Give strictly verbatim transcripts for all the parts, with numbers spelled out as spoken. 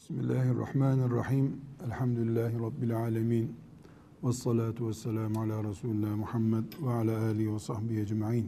Bismillahirrahmanirrahim. Elhamdülillahi Rabbil alemin. Vessalatu vesselamu ala Resulullah Muhammed ve ala alihi ve sahbihi ecma'in.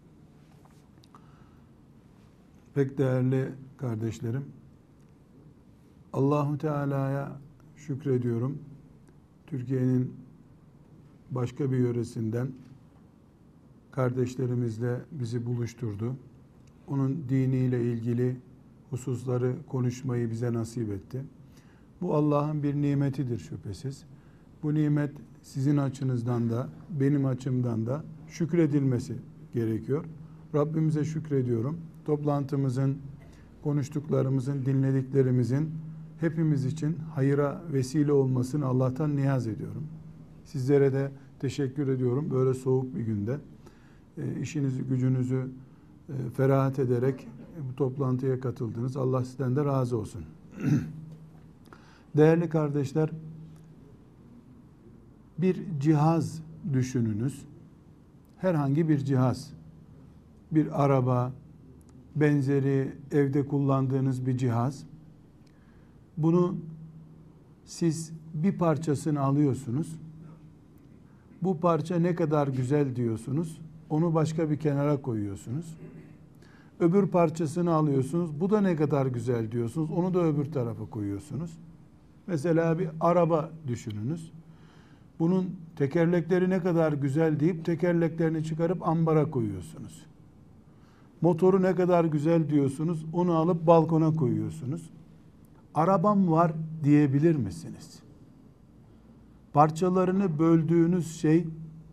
Pek değerli kardeşlerim, Allahu Teala'ya şükrediyorum. Türkiye'nin başka bir yöresinden kardeşlerimizle bizi buluşturdu. Onun diniyle ilgili hususları konuşmayı bize nasip etti. Bu Allah'ın bir nimetidir şüphesiz. Bu nimet sizin açınızdan da benim açımdan da şükredilmesi gerekiyor. Rabbimize şükrediyorum. Toplantımızın, konuştuklarımızın, dinlediklerimizin hepimiz için hayıra vesile olmasını Allah'tan niyaz ediyorum. Sizlere de teşekkür ediyorum. Böyle soğuk bir günde e, işinizi, gücünüzü e, ferahat ederek bu toplantıya katıldınız. Allah sizden de razı olsun. Değerli kardeşler, bir cihaz düşününüz. Herhangi bir cihaz. Bir araba, benzeri evde kullandığınız bir cihaz. Bunu siz bir parçasını alıyorsunuz. Bu parça ne kadar güzel diyorsunuz. Onu başka bir kenara koyuyorsunuz. Öbür parçasını alıyorsunuz. Bu da ne kadar güzel diyorsunuz. Onu da öbür tarafa koyuyorsunuz. Mesela bir araba düşününüz. Bunun tekerlekleri ne kadar güzel deyip tekerleklerini çıkarıp ambara koyuyorsunuz. Motoru ne kadar güzel diyorsunuz. Onu alıp balkona koyuyorsunuz. Arabam var diyebilir misiniz? Parçalarını böldüğünüz şey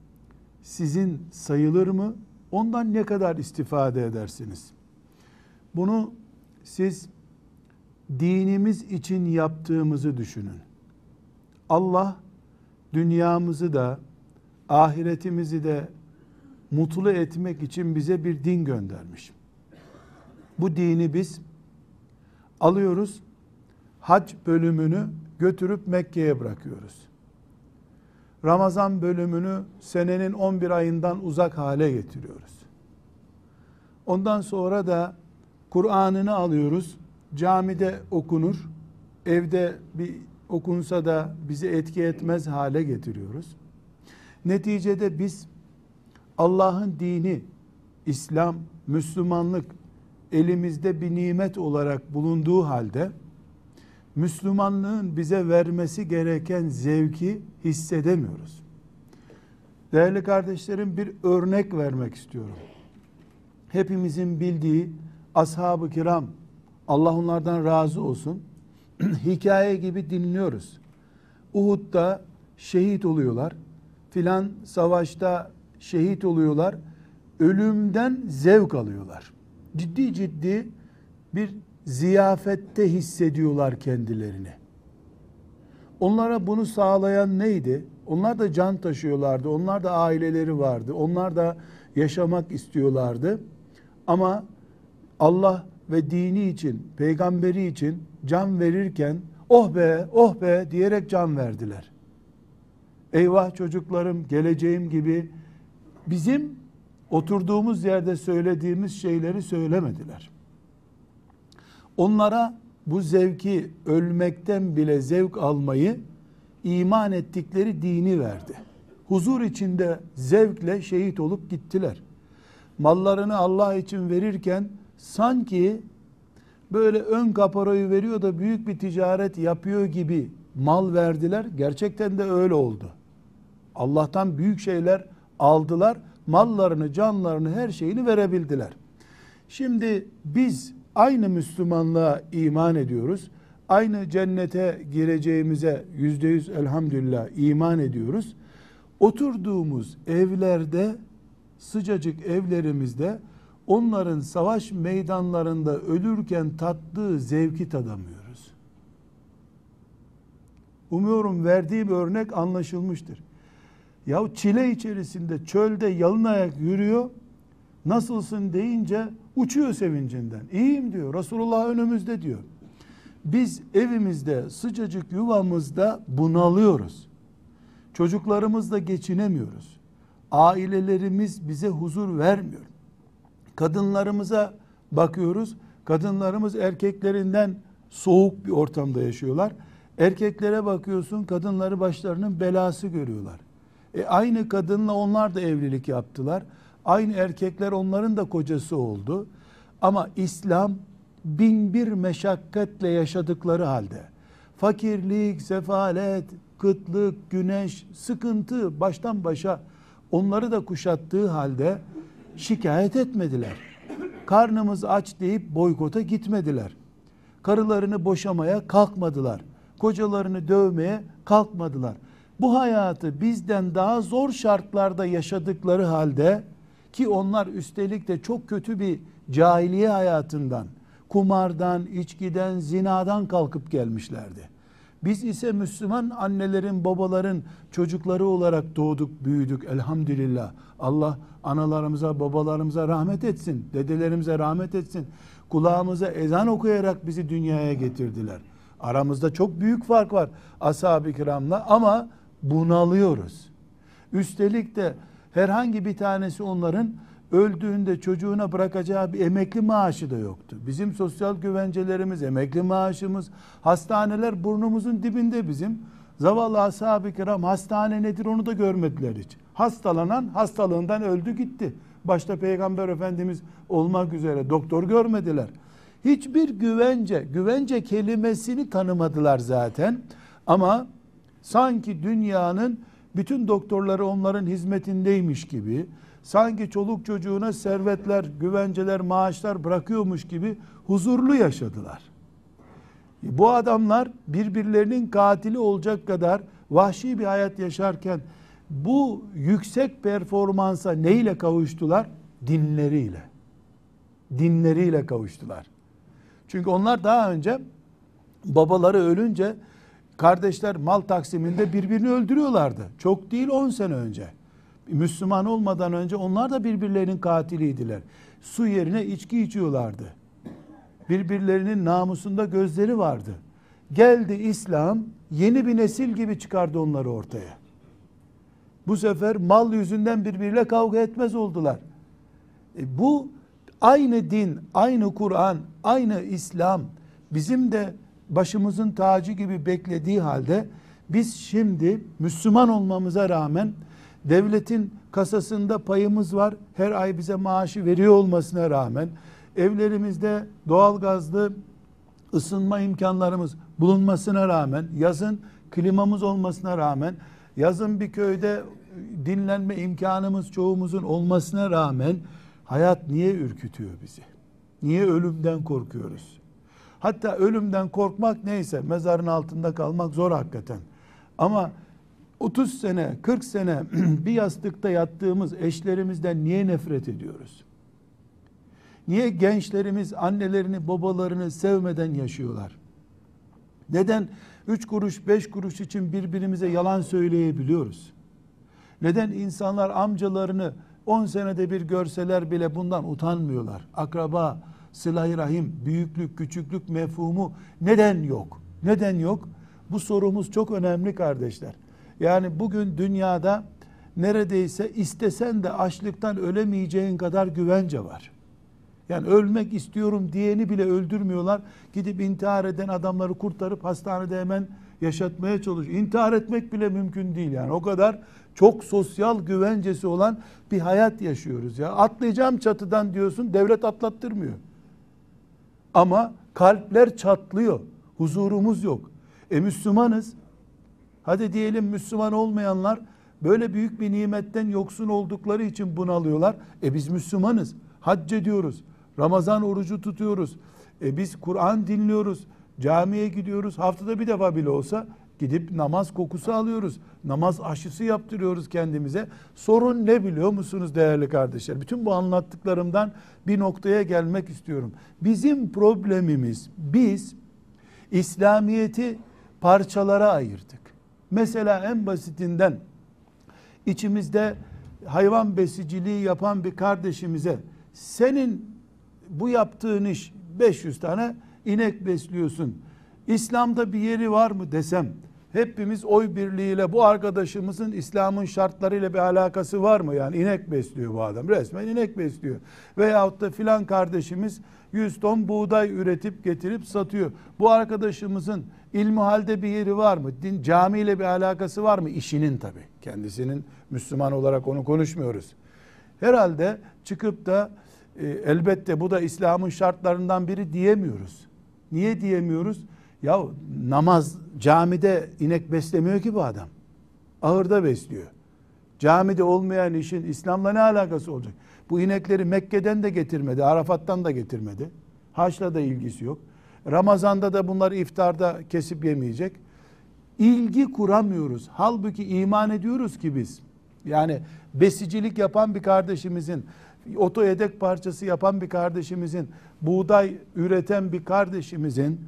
sizin sayılır mı? Ondan ne kadar istifade edersiniz? Bunu siz dinimiz için yaptığımızı düşünün. Allah dünyamızı da ahiretimizi de mutlu etmek için bize bir din göndermiş. Bu dini biz alıyoruz, hac bölümünü götürüp Mekke'ye bırakıyoruz. Ramazan bölümünü senenin on bir ayından uzak hale getiriyoruz. Ondan sonra da Kur'an'ını alıyoruz, camide okunur, evde bir okunsa da bizi etki etmez hale getiriyoruz. Neticede biz Allah'ın dini, İslam, Müslümanlık elimizde bir nimet olarak bulunduğu halde Müslümanlığın bize vermesi gereken zevki hissedemiyoruz. Değerli kardeşlerim, bir örnek vermek istiyorum. Hepimizin bildiği ashab-ı kiram, Allah onlardan razı olsun, hikaye gibi dinliyoruz. Uhud'da şehit oluyorlar, filan savaşta şehit oluyorlar, ölümden zevk alıyorlar. Ciddi ciddi bir ziyafette hissediyorlar kendilerini. Onlara bunu sağlayan neydi? Onlar da can taşıyorlardı, onlar da aileleri vardı, onlar da yaşamak istiyorlardı. Ama Allah ve dini için, peygamberi için can verirken oh be, oh be diyerek can verdiler. Eyvah çocuklarım, geleceğim gibi bizim oturduğumuz yerde söylediğimiz şeyleri söylemediler. Onlara bu zevki, ölmekten bile zevk almayı iman ettikleri dini verdi. Huzur içinde zevkle şehit olup gittiler. Mallarını Allah için verirken sanki böyle ön kaparayı veriyor da büyük bir ticaret yapıyor gibi mal verdiler. Gerçekten de öyle oldu. Allah'tan büyük şeyler aldılar. Mallarını, canlarını, her şeyini verebildiler. Şimdi biz aynı Müslümanlığa iman ediyoruz. Aynı cennete gireceğimize yüzde yüz elhamdülillah iman ediyoruz. Oturduğumuz evlerde, sıcacık evlerimizde onların savaş meydanlarında ölürken tattığı zevki tadamıyoruz. Umuyorum verdiğim örnek anlaşılmıştır. Yahu çile içerisinde çölde yalın ayak yürüyor, nasılsın deyince uçuyor sevincinden. İyiyim diyor, Resulullah önümüzde diyor. Biz evimizde, sıcacık yuvamızda bunalıyoruz. Çocuklarımızla geçinemiyoruz. Ailelerimiz bize huzur vermiyor. Kadınlarımıza bakıyoruz. Kadınlarımız erkeklerinden soğuk bir ortamda yaşıyorlar. Erkeklere bakıyorsun, kadınları başlarının belası görüyorlar. E aynı kadınla onlar da evlilik yaptılar. Aynı erkekler onların da kocası oldu. Ama İslam bin bir meşakkatle yaşadıkları halde, fakirlik, sefalet, kıtlık, güneş, sıkıntı baştan başa onları da kuşattığı halde şikayet etmediler. Karnımız aç deyip boykota gitmediler. Karılarını boşamaya kalkmadılar. Kocalarını dövmeye kalkmadılar. Bu hayatı bizden daha zor şartlarda yaşadıkları halde, ki onlar üstelik de çok kötü bir cahiliye hayatından, kumardan, içkiden, zinadan kalkıp gelmişlerdi. Biz ise Müslüman annelerin, babaların çocukları olarak doğduk, büyüdük elhamdülillah. Allah analarımıza, babalarımıza rahmet etsin, dedelerimize rahmet etsin. Kulağımıza ezan okuyarak bizi dünyaya getirdiler. Aramızda çok büyük fark var ashab-ı kiramla ama bunalıyoruz. Üstelik de herhangi bir tanesi onların öldüğünde çocuğuna bırakacağı bir emekli maaşı da yoktu. Bizim sosyal güvencelerimiz, emekli maaşımız, hastaneler burnumuzun dibinde bizim. Zavallı ashab-ı kiram hastane nedir onu da görmediler hiç. Hastalanan hastalığından öldü gitti. Başta Peygamber Efendimiz olmak üzere doktor görmediler. Hiçbir güvence, güvence kelimesini tanımadılar zaten. Ama sanki dünyanın bütün doktorları onların hizmetindeymiş gibi, sanki çoluk çocuğuna servetler, güvenceler, maaşlar bırakıyormuş gibi huzurlu yaşadılar. Bu adamlar birbirlerinin katili olacak kadar vahşi bir hayat yaşarken bu yüksek performansa neyle kavuştular? Dinleriyle. Dinleriyle kavuştular. Çünkü onlar daha önce babaları ölünce kardeşler mal taksiminde birbirini öldürüyorlardı. Çok değil on sene önce. Müslüman olmadan önce onlar da birbirlerinin katiliydiler. Su yerine içki içiyorlardı. Birbirlerinin namusunda gözleri vardı. Geldi İslam, yeni bir nesil gibi çıkardı onları ortaya. Bu sefer mal yüzünden birbiriyle kavga etmez oldular. E bu aynı din, aynı Kur'an, aynı İslam bizim de başımızın tacı gibi beklediği halde biz şimdi Müslüman olmamıza rağmen devletin kasasında payımız var. Her ay bize maaşı veriyor olmasına rağmen evlerimizde doğalgazlı ısınma imkanlarımız bulunmasına rağmen, yazın klimamız olmasına rağmen, yazın bir köyde dinlenme imkanımız çoğumuzun olmasına rağmen hayat niye ürkütüyor bizi? Niye ölümden korkuyoruz? Hatta ölümden korkmak neyse, mezarın altında kalmak zor hakikaten. Ama otuz sene, kırk sene bir yastıkta yattığımız eşlerimizden niye nefret ediyoruz? Niye gençlerimiz annelerini, babalarını sevmeden yaşıyorlar? Neden üç kuruş, beş kuruş için birbirimize yalan söyleyebiliyoruz? Neden insanlar amcalarını on senede bir görseler bile bundan utanmıyorlar? Akraba, sıla-i rahim, büyüklük, küçüklük mefhumu neden yok? Neden yok? Bu sorumuz çok önemli kardeşler. Yani bugün dünyada neredeyse istesen de açlıktan ölemeyeceğin kadar güvence var. Yani ölmek istiyorum diyeni bile öldürmüyorlar. Gidip intihar eden adamları kurtarıp hastanede hemen yaşatmaya çalışıyor. İntihar etmek bile mümkün değil yani. O kadar çok sosyal güvencesi olan bir hayat yaşıyoruz ya. Atlayacağım çatıdan diyorsun, devlet atlattırmıyor. Ama kalpler çatlıyor. Huzurumuz yok. E Müslümanız. Hadi diyelim Müslüman olmayanlar böyle büyük bir nimetten yoksun oldukları için bunalıyorlar. E biz Müslümanız. Hac ediyoruz. Ramazan orucu tutuyoruz. E biz Kur'an dinliyoruz. Camiye gidiyoruz. Haftada bir defa bile olsa gidip namaz kokusu alıyoruz. Namaz aşısı yaptırıyoruz kendimize. Sorun ne biliyor musunuz değerli kardeşler? Bütün bu anlattıklarımdan bir noktaya gelmek istiyorum. Bizim problemimiz, biz İslamiyet'i parçalara ayırdık. Mesela en basitinden içimizde hayvan besiciliği yapan bir kardeşimize senin bu yaptığın iş beş yüz tane inek besliyorsun, İslam'da bir yeri var mı desem, hepimiz oy birliğiyle bu arkadaşımızın İslam'ın şartlarıyla bir alakası var mı? Yani inek besliyor bu adam. Resmen inek besliyor. Veyahut da filan kardeşimiz yüz ton buğday üretip getirip satıyor. Bu arkadaşımızın ilmihalde bir yeri var mı? Din, camiyle bir alakası var mı? İşinin tabii. Kendisinin Müslüman olarak onu konuşmuyoruz. Herhalde çıkıp da e, elbette bu da İslam'ın şartlarından biri diyemiyoruz. Niye diyemiyoruz? Ya namaz, camide inek beslemiyor ki bu adam. Ahırda besliyor. Camide olmayan işin İslam'la ne alakası olacak? Bu inekleri Mekke'den de getirmedi, Arafat'tan da getirmedi. Haçla da ilgisi yok. Ramazan'da da bunları iftarda kesip yemeyecek. İlgi kuramıyoruz. Halbuki iman ediyoruz ki biz. Yani besicilik yapan bir kardeşimizin, oto yedek parçası yapan bir kardeşimizin, buğday üreten bir kardeşimizin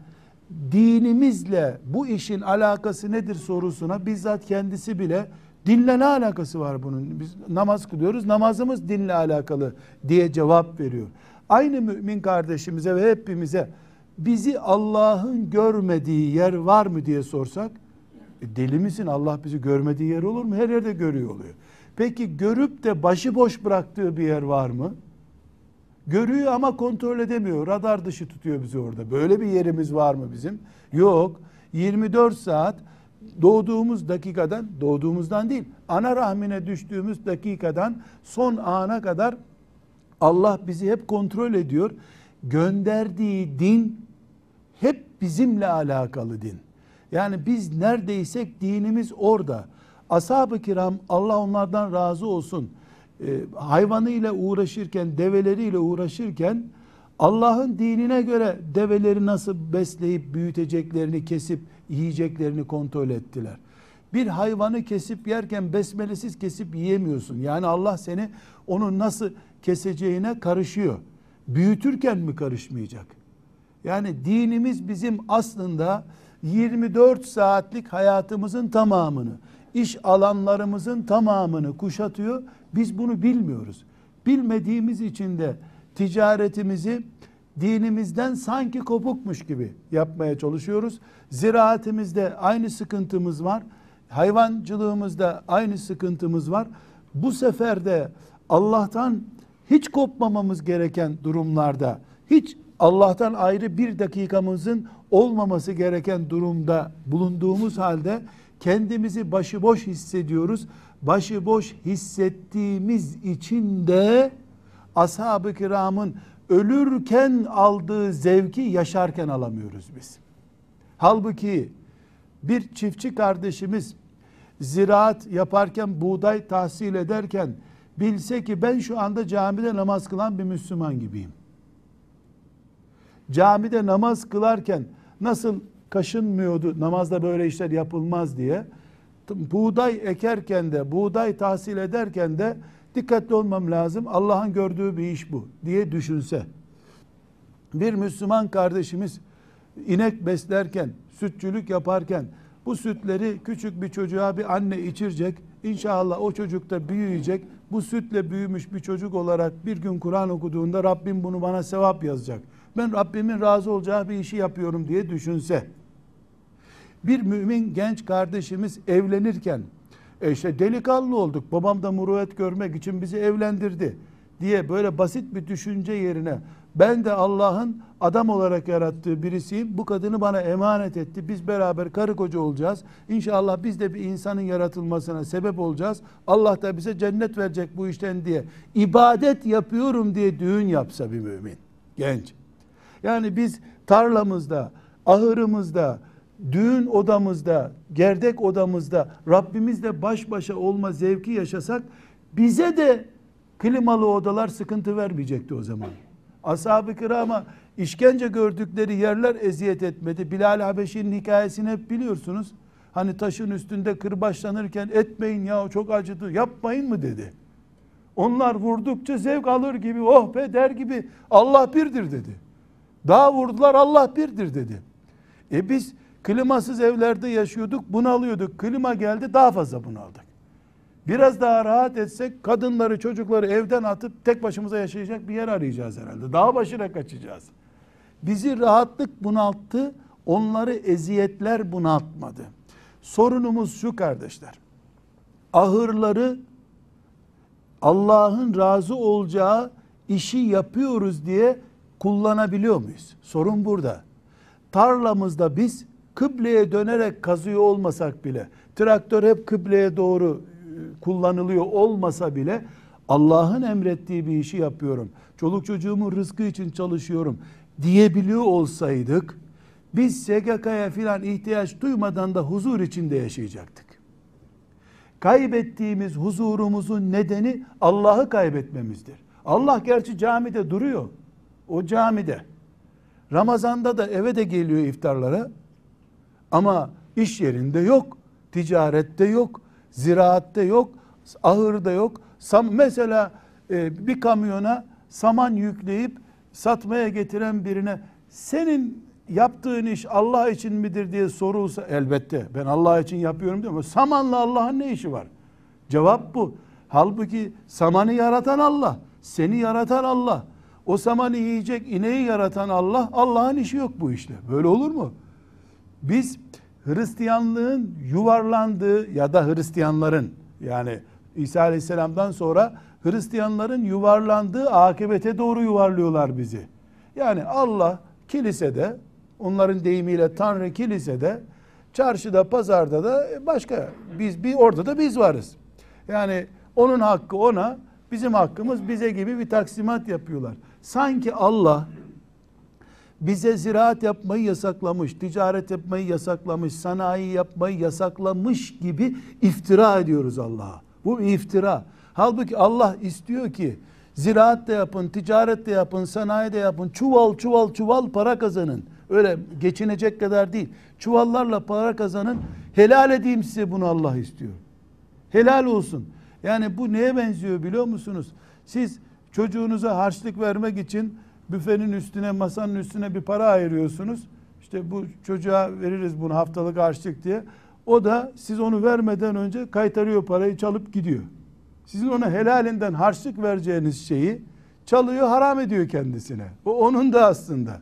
dinimizle bu işin alakası nedir sorusuna bizzat kendisi bile dinle ne alakası var bunun? Biz namaz kılıyoruz, namazımız dinle alakalı diye cevap veriyor. Aynı mümin kardeşimize ve hepimize bizi Allah'ın görmediği yer var mı diye sorsak, e deli misin, Allah bizi görmediği yer olur mu? Her yerde görüyor oluyor. Peki görüp de başıboş bıraktığı bir yer var mı? Görüyor ama kontrol edemiyor. Radar dışı tutuyor bizi orada. Böyle bir yerimiz var mı bizim? Yok. yirmi dört saat doğduğumuz dakikadan, doğduğumuzdan değil, ana rahmine düştüğümüz dakikadan son ana kadar Allah bizi hep kontrol ediyor. Gönderdiği din hep bizimle alakalı din. Yani biz neredeysek dinimiz orada. Ashab-ı kiram, Allah onlardan razı olsun, e, hayvanıyla uğraşırken, develeriyle uğraşırken Allah'ın dinine göre develeri nasıl besleyip büyüteceklerini, kesip yiyeceklerini kontrol ettiler. Bir hayvanı kesip yerken besmelesiz kesip yiyemiyorsun. Yani Allah seni onu nasıl keseceğine karışıyor. Büyütürken mi karışmayacak? Yani dinimiz bizim aslında yirmi dört saatlik hayatımızın tamamını, iş alanlarımızın tamamını kuşatıyor. Biz bunu bilmiyoruz. Bilmediğimiz için de ticaretimizi dinimizden sanki kopukmuş gibi yapmaya çalışıyoruz. Ziraatimizde aynı sıkıntımız var. Hayvancılığımızda aynı sıkıntımız var. Bu sefer de Allah'tan hiç kopmamamız gereken durumlarda, hiç Allah'tan ayrı bir dakikamızın olmaması gereken durumda bulunduğumuz halde kendimizi başıboş hissediyoruz. Başıboş hissettiğimiz için de ashab-ı kiramın ölürken aldığı zevki yaşarken alamıyoruz biz. Halbuki bir çiftçi kardeşimiz ziraat yaparken, buğday tahsil ederken bilse ki ben şu anda camide namaz kılan bir Müslüman gibiyim. Camide namaz kılarken nasıl kaşınmıyordu, namazda böyle işler yapılmaz diye, buğday ekerken de, buğday tahsil ederken de dikkatli olmam lazım, Allah'ın gördüğü bir iş bu diye düşünse, bir Müslüman kardeşimiz inek beslerken, sütçülük yaparken bu sütleri küçük bir çocuğa bir anne içirecek, İnşallah o çocuk da büyüyecek, bu sütle büyümüş bir çocuk olarak bir gün Kur'an okuduğunda Rabbim bunu bana sevap yazacak, ben Rabbimin razı olacağı bir işi yapıyorum diye düşünse, bir mümin genç kardeşimiz evlenirken, e işte delikanlı olduk, babam da muruvvet görmek için bizi evlendirdi diye böyle basit bir düşünce yerine, ben de Allah'ın adam olarak yarattığı birisiyim, bu kadını bana emanet etti, biz beraber karı koca olacağız, İnşallah biz de bir insanın yaratılmasına sebep olacağız, Allah da bize cennet verecek bu işten diye ibadet yapıyorum diye düğün yapsa bir mümin genç. Yani biz tarlamızda, ahırımızda, düğün odamızda, gerdek odamızda Rabbimizle baş başa olma zevki yaşasak, bize de klimalı odalar sıkıntı vermeyecekti o zaman. Ashab-ı kirama işkence gördükleri yerler eziyet etmedi. Bilal Habeşi'nin hikayesini hep biliyorsunuz. Hani taşın üstünde kırbaçlanırken etmeyin ya çok acıdı, yapmayın mı dedi. Onlar vurdukça zevk alır gibi, oh be der gibi, Allah birdir dedi. Daha vurdular, Allah birdir dedi. E biz klimasız evlerde yaşıyorduk, bunalıyorduk. Klima geldi, daha fazla bunaldık. Biraz daha rahat etsek kadınları, çocukları evden atıp tek başımıza yaşayacak bir yer arayacağız herhalde. Dağ başına kaçacağız. Bizi rahatlık bunalttı, onları eziyetler bunaltmadı. Sorunumuz şu kardeşler. Ahırları Allah'ın razı olacağı işi yapıyoruz diye kullanabiliyor muyuz? Sorun burada. Tarlamızda biz kıbleye dönerek kazıyor olmasak bile, traktör hep kıbleye doğru kullanılıyor olmasa bile Allah'ın emrettiği bir işi yapıyorum, çoluk çocuğumun rızkı için çalışıyorum diyebiliyor olsaydık, biz S G K'ya filan ihtiyaç duymadan da huzur içinde yaşayacaktık. Kaybettiğimiz huzurumuzun nedeni Allah'ı kaybetmemizdir. Allah gerçi camide duruyor. O camide. Ramazanda da eve de geliyor iftarlara. Ama iş yerinde yok. Ticarette yok. Ziraatte yok. Ahırda yok. Sam mesela e, bir kamyona saman yükleyip satmaya getiren birine senin yaptığın iş Allah için midir diye sorulsa, elbette ben Allah için yapıyorum diyor ama samanla Allah'ın ne işi var? Cevap bu. Halbuki samanı yaratan Allah, seni yaratan Allah, o samanı yiyecek ineği yaratan Allah, Allah'ın işi yok bu işte. Böyle olur mu? Biz Hristiyanlığın yuvarlandığı ya da Hristiyanların, yani İsa Aleyhisselam'dan sonra Hristiyanların yuvarlandığı akıbete doğru yuvarlıyorlar bizi. Yani Allah kilisede, onların deyimiyle Tanrı kilisede, çarşıda, pazarda da başka, biz bir orada da biz varız. Yani onun hakkı ona, bizim hakkımız bize gibi bir taksimat yapıyorlar. Sanki Allah bize ziraat yapmayı yasaklamış, ticaret yapmayı yasaklamış, sanayi yapmayı yasaklamış gibi iftira ediyoruz Allah'a. Bu iftira. Halbuki Allah istiyor ki ziraat de yapın, ticaret de yapın, sanayi de yapın, çuval çuval çuval para kazanın. Öyle geçinecek kadar değil. Çuvallarla para kazanın. Helal edeyim size bunu Allah istiyor. Helal olsun. Yani bu neye benziyor biliyor musunuz? Siz çocuğunuza harçlık vermek için büfenin üstüne, masanın üstüne bir para ayırıyorsunuz. İşte bu çocuğa veririz bunu haftalık harçlık diye. O da siz onu vermeden önce kaytarıyor, parayı çalıp gidiyor. Sizin ona helalinden harçlık vereceğiniz şeyi çalıyor, haram ediyor kendisine. O onun da aslında.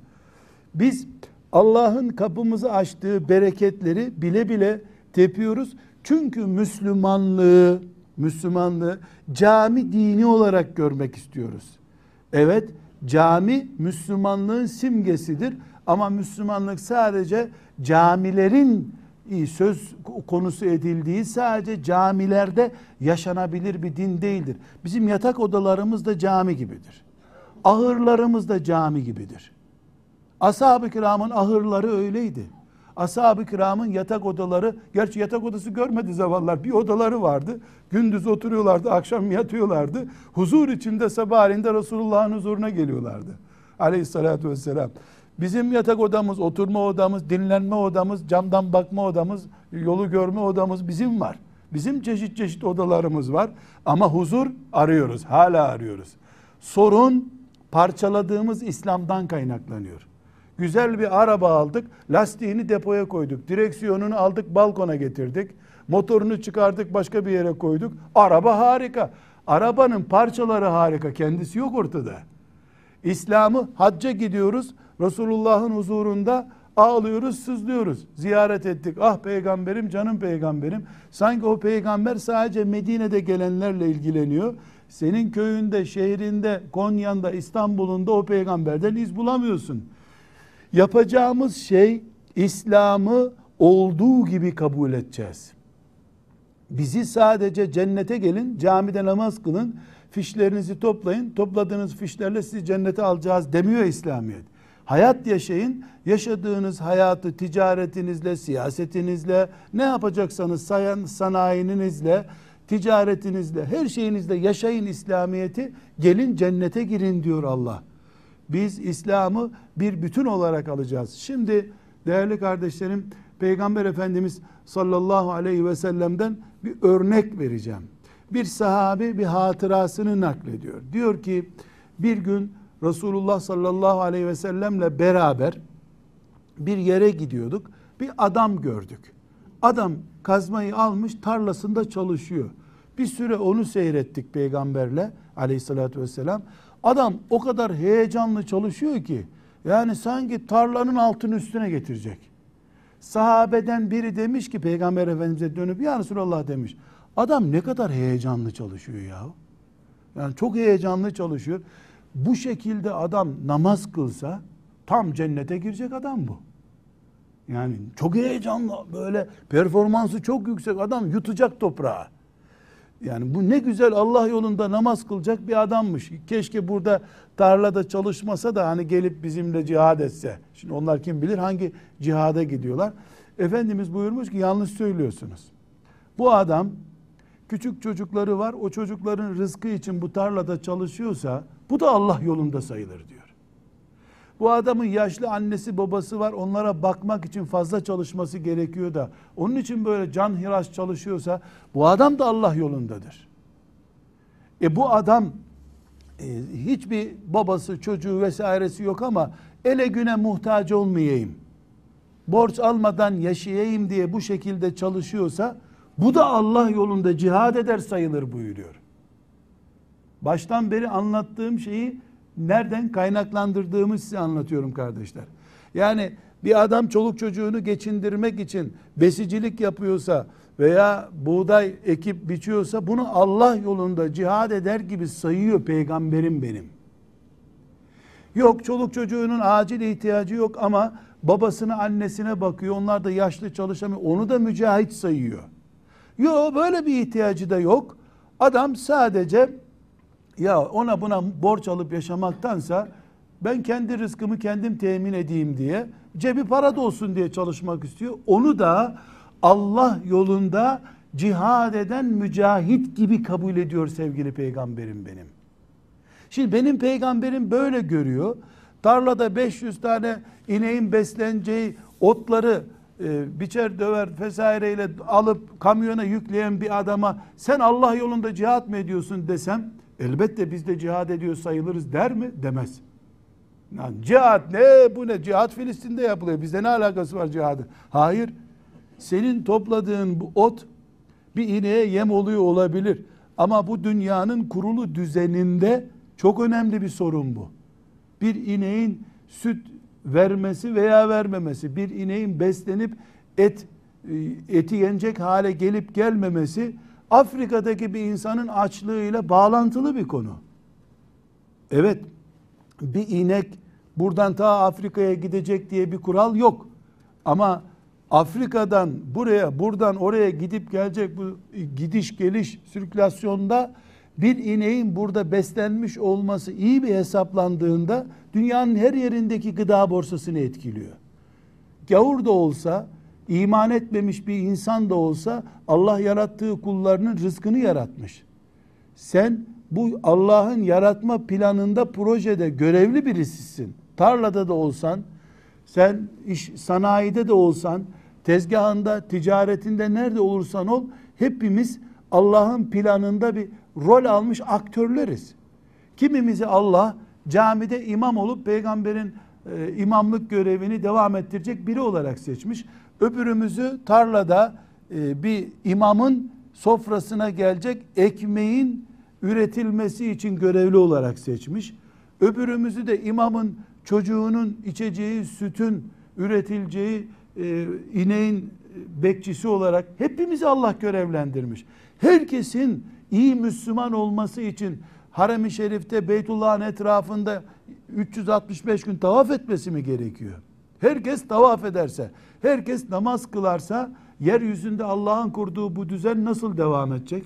Biz Allah'ın kapımızı açtığı bereketleri bile bile tepiyoruz. Çünkü Müslümanlığı, Müslümanlığı cami dini olarak görmek istiyoruz. Evet, cami Müslümanlığın simgesidir. Ama Müslümanlık sadece camilerin söz konusu edildiği, sadece camilerde yaşanabilir bir din değildir. Bizim yatak odalarımız da cami gibidir. Ahırlarımız da cami gibidir. Ashab-ı kiramın ahırları öyleydi. Ashab-ı kiramın yatak odaları, gerçi yatak odası görmedi zavallılar, bir odaları vardı. Gündüz oturuyorlardı, akşam yatıyorlardı. Huzur içinde sabahleyin Resulullah'ın huzuruna geliyorlardı. Aleyhissalatü vesselam. Bizim yatak odamız, oturma odamız, dinlenme odamız, camdan bakma odamız, yolu görme odamız bizim var. Bizim çeşit çeşit odalarımız var. Ama huzur arıyoruz, hala arıyoruz. Sorun parçaladığımız İslam'dan kaynaklanıyor. Güzel bir araba aldık, lastiğini depoya koyduk, direksiyonunu aldık, balkona getirdik, motorunu çıkardık, başka bir yere koyduk. Araba harika. Arabanın parçaları harika, kendisi yok ortada. İslam'ı, hacca gidiyoruz, Resulullah'ın huzurunda ağlıyoruz, sızlıyoruz. Ziyaret ettik. Ah peygamberim, canım peygamberim. Sanki o peygamber sadece Medine'de gelenlerle ilgileniyor. Senin köyünde, şehrinde, Konya'nda, İstanbul'unda o peygamberden iz bulamıyorsun. Yapacağımız şey İslam'ı olduğu gibi kabul edeceğiz. Bizi sadece cennete gelin, camide namaz kılın, fişlerinizi toplayın, topladığınız fişlerle sizi cennete alacağız demiyor İslamiyet. Hayat yaşayın, yaşadığınız hayatı ticaretinizle, siyasetinizle, ne yapacaksanız sayan sanayinizle, ticaretinizle, her şeyinizle yaşayın İslamiyeti, gelin cennete girin diyor Allah. Biz İslam'ı bir bütün olarak alacağız. Şimdi değerli kardeşlerim, Peygamber Efendimiz sallallahu aleyhi ve sellem'den bir örnek vereceğim. Bir sahabi bir hatırasını naklediyor. Diyor ki bir gün Resulullah sallallahu aleyhi ve sellemle beraber bir yere gidiyorduk. Bir adam gördük. Adam kazmayı almış, tarlasında çalışıyor. Bir süre onu seyrettik peygamberle aleyhissalatü vesselam. Adam o kadar heyecanlı çalışıyor ki yani sanki tarlanın altını üstüne getirecek. Sahabeden biri demiş ki Peygamber Efendimiz'e dönüp ya Resulallah demiş. Adam ne kadar heyecanlı çalışıyor ya. Yani çok heyecanlı çalışıyor. Bu şekilde adam namaz kılsa tam cennete girecek adam bu. Yani çok heyecanlı, böyle performansı çok yüksek adam yutacak toprağı. Yani bu ne güzel Allah yolunda namaz kılacak bir adammış. Keşke burada tarlada çalışmasa da hani gelip bizimle cihad etse. Şimdi onlar kim bilir hangi cihada gidiyorlar. Efendimiz buyurmuş ki yanlış söylüyorsunuz. Bu adam küçük çocukları var. O çocukların rızkı için bu tarlada çalışıyorsa bu da Allah yolunda sayılır diyor. Bu adamın yaşlı annesi babası var. Onlara bakmak için fazla çalışması gerekiyor da onun için böyle canhıraş çalışıyorsa bu adam da Allah yolundadır. E bu adam e, hiçbir babası çocuğu vesairesi yok ama ele güne muhtaç olmayayım, borç almadan yaşayayım diye bu şekilde çalışıyorsa bu da Allah yolunda cihad eder sayılır buyuruyor. Baştan beri anlattığım şeyi nereden kaynaklandırdığımı size anlatıyorum kardeşler. Yani bir adam çoluk çocuğunu geçindirmek için besicilik yapıyorsa veya buğday ekip biçiyorsa bunu Allah yolunda cihad eder gibi sayıyor peygamberim benim. Yok çoluk çocuğunun acil ihtiyacı yok ama babasına annesine bakıyor. Onlar da yaşlı çalışamıyor. Onu da mücahit sayıyor. Yok böyle bir ihtiyacı da yok. Adam sadece ya ona buna borç alıp yaşamaktansa ben kendi rızkımı kendim temin edeyim diye cebi para da olsun diye çalışmak istiyor. Onu da Allah yolunda cihad eden mücahit gibi kabul ediyor sevgili peygamberim benim. Şimdi benim peygamberim böyle görüyor. Tarlada beş yüz tane ineğin besleneceği otları e, biçer döver vesaireyle alıp kamyona yükleyen bir adama sen Allah yolunda cihat mı ediyorsun desem elbette biz de cihad ediyor sayılırız der mi? Demez. Yani cihat ne? Bu ne? Cihat Filistin'de yapılıyor. Bizde ne alakası var cihadı? Hayır. Senin topladığın bu ot bir ineğe yem oluyor olabilir. Ama bu dünyanın kurulu düzeninde çok önemli bir sorun bu. Bir ineğin süt vermesi veya vermemesi, bir ineğin beslenip et eti yenecek hale gelip gelmemesi Afrika'daki bir insanın açlığıyla bağlantılı bir konu. Evet, bir inek buradan ta Afrika'ya gidecek diye bir kural yok. Ama Afrika'dan buraya, buradan oraya gidip gelecek bu gidiş geliş sirkülasyonda bir ineğin burada beslenmiş olması iyi bir hesaplandığında dünyanın her yerindeki gıda borsasını etkiliyor. Gavur da olsa, iman etmemiş bir insan da olsa Allah yarattığı kullarının rızkını yaratmış. Sen bu Allah'ın yaratma planında, projede görevli birisisin. Tarlada da olsan, sen iş sanayide de olsan, tezgahında, ticaretinde nerede olursan ol, hepimiz Allah'ın planında bir rol almış aktörleriz. Kimimizi Allah camide imam olup peygamberin e, imamlık görevini devam ettirecek biri olarak seçmiş. Öbürümüzü tarlada e, bir imamın sofrasına gelecek ekmeğin üretilmesi için görevli olarak seçmiş. Öbürümüzü de imamın çocuğunun içeceği sütün üretileceği e, ineğin bekçisi olarak hepimizi Allah görevlendirmiş. Herkesin iyi Müslüman olması için Harem-i Şerif'te Beytullah'ın etrafında üç yüz altmış beş gün tavaf etmesi mi gerekiyor? Herkes tavaf ederse, herkes namaz kılarsa yeryüzünde Allah'ın kurduğu bu düzen nasıl devam edecek?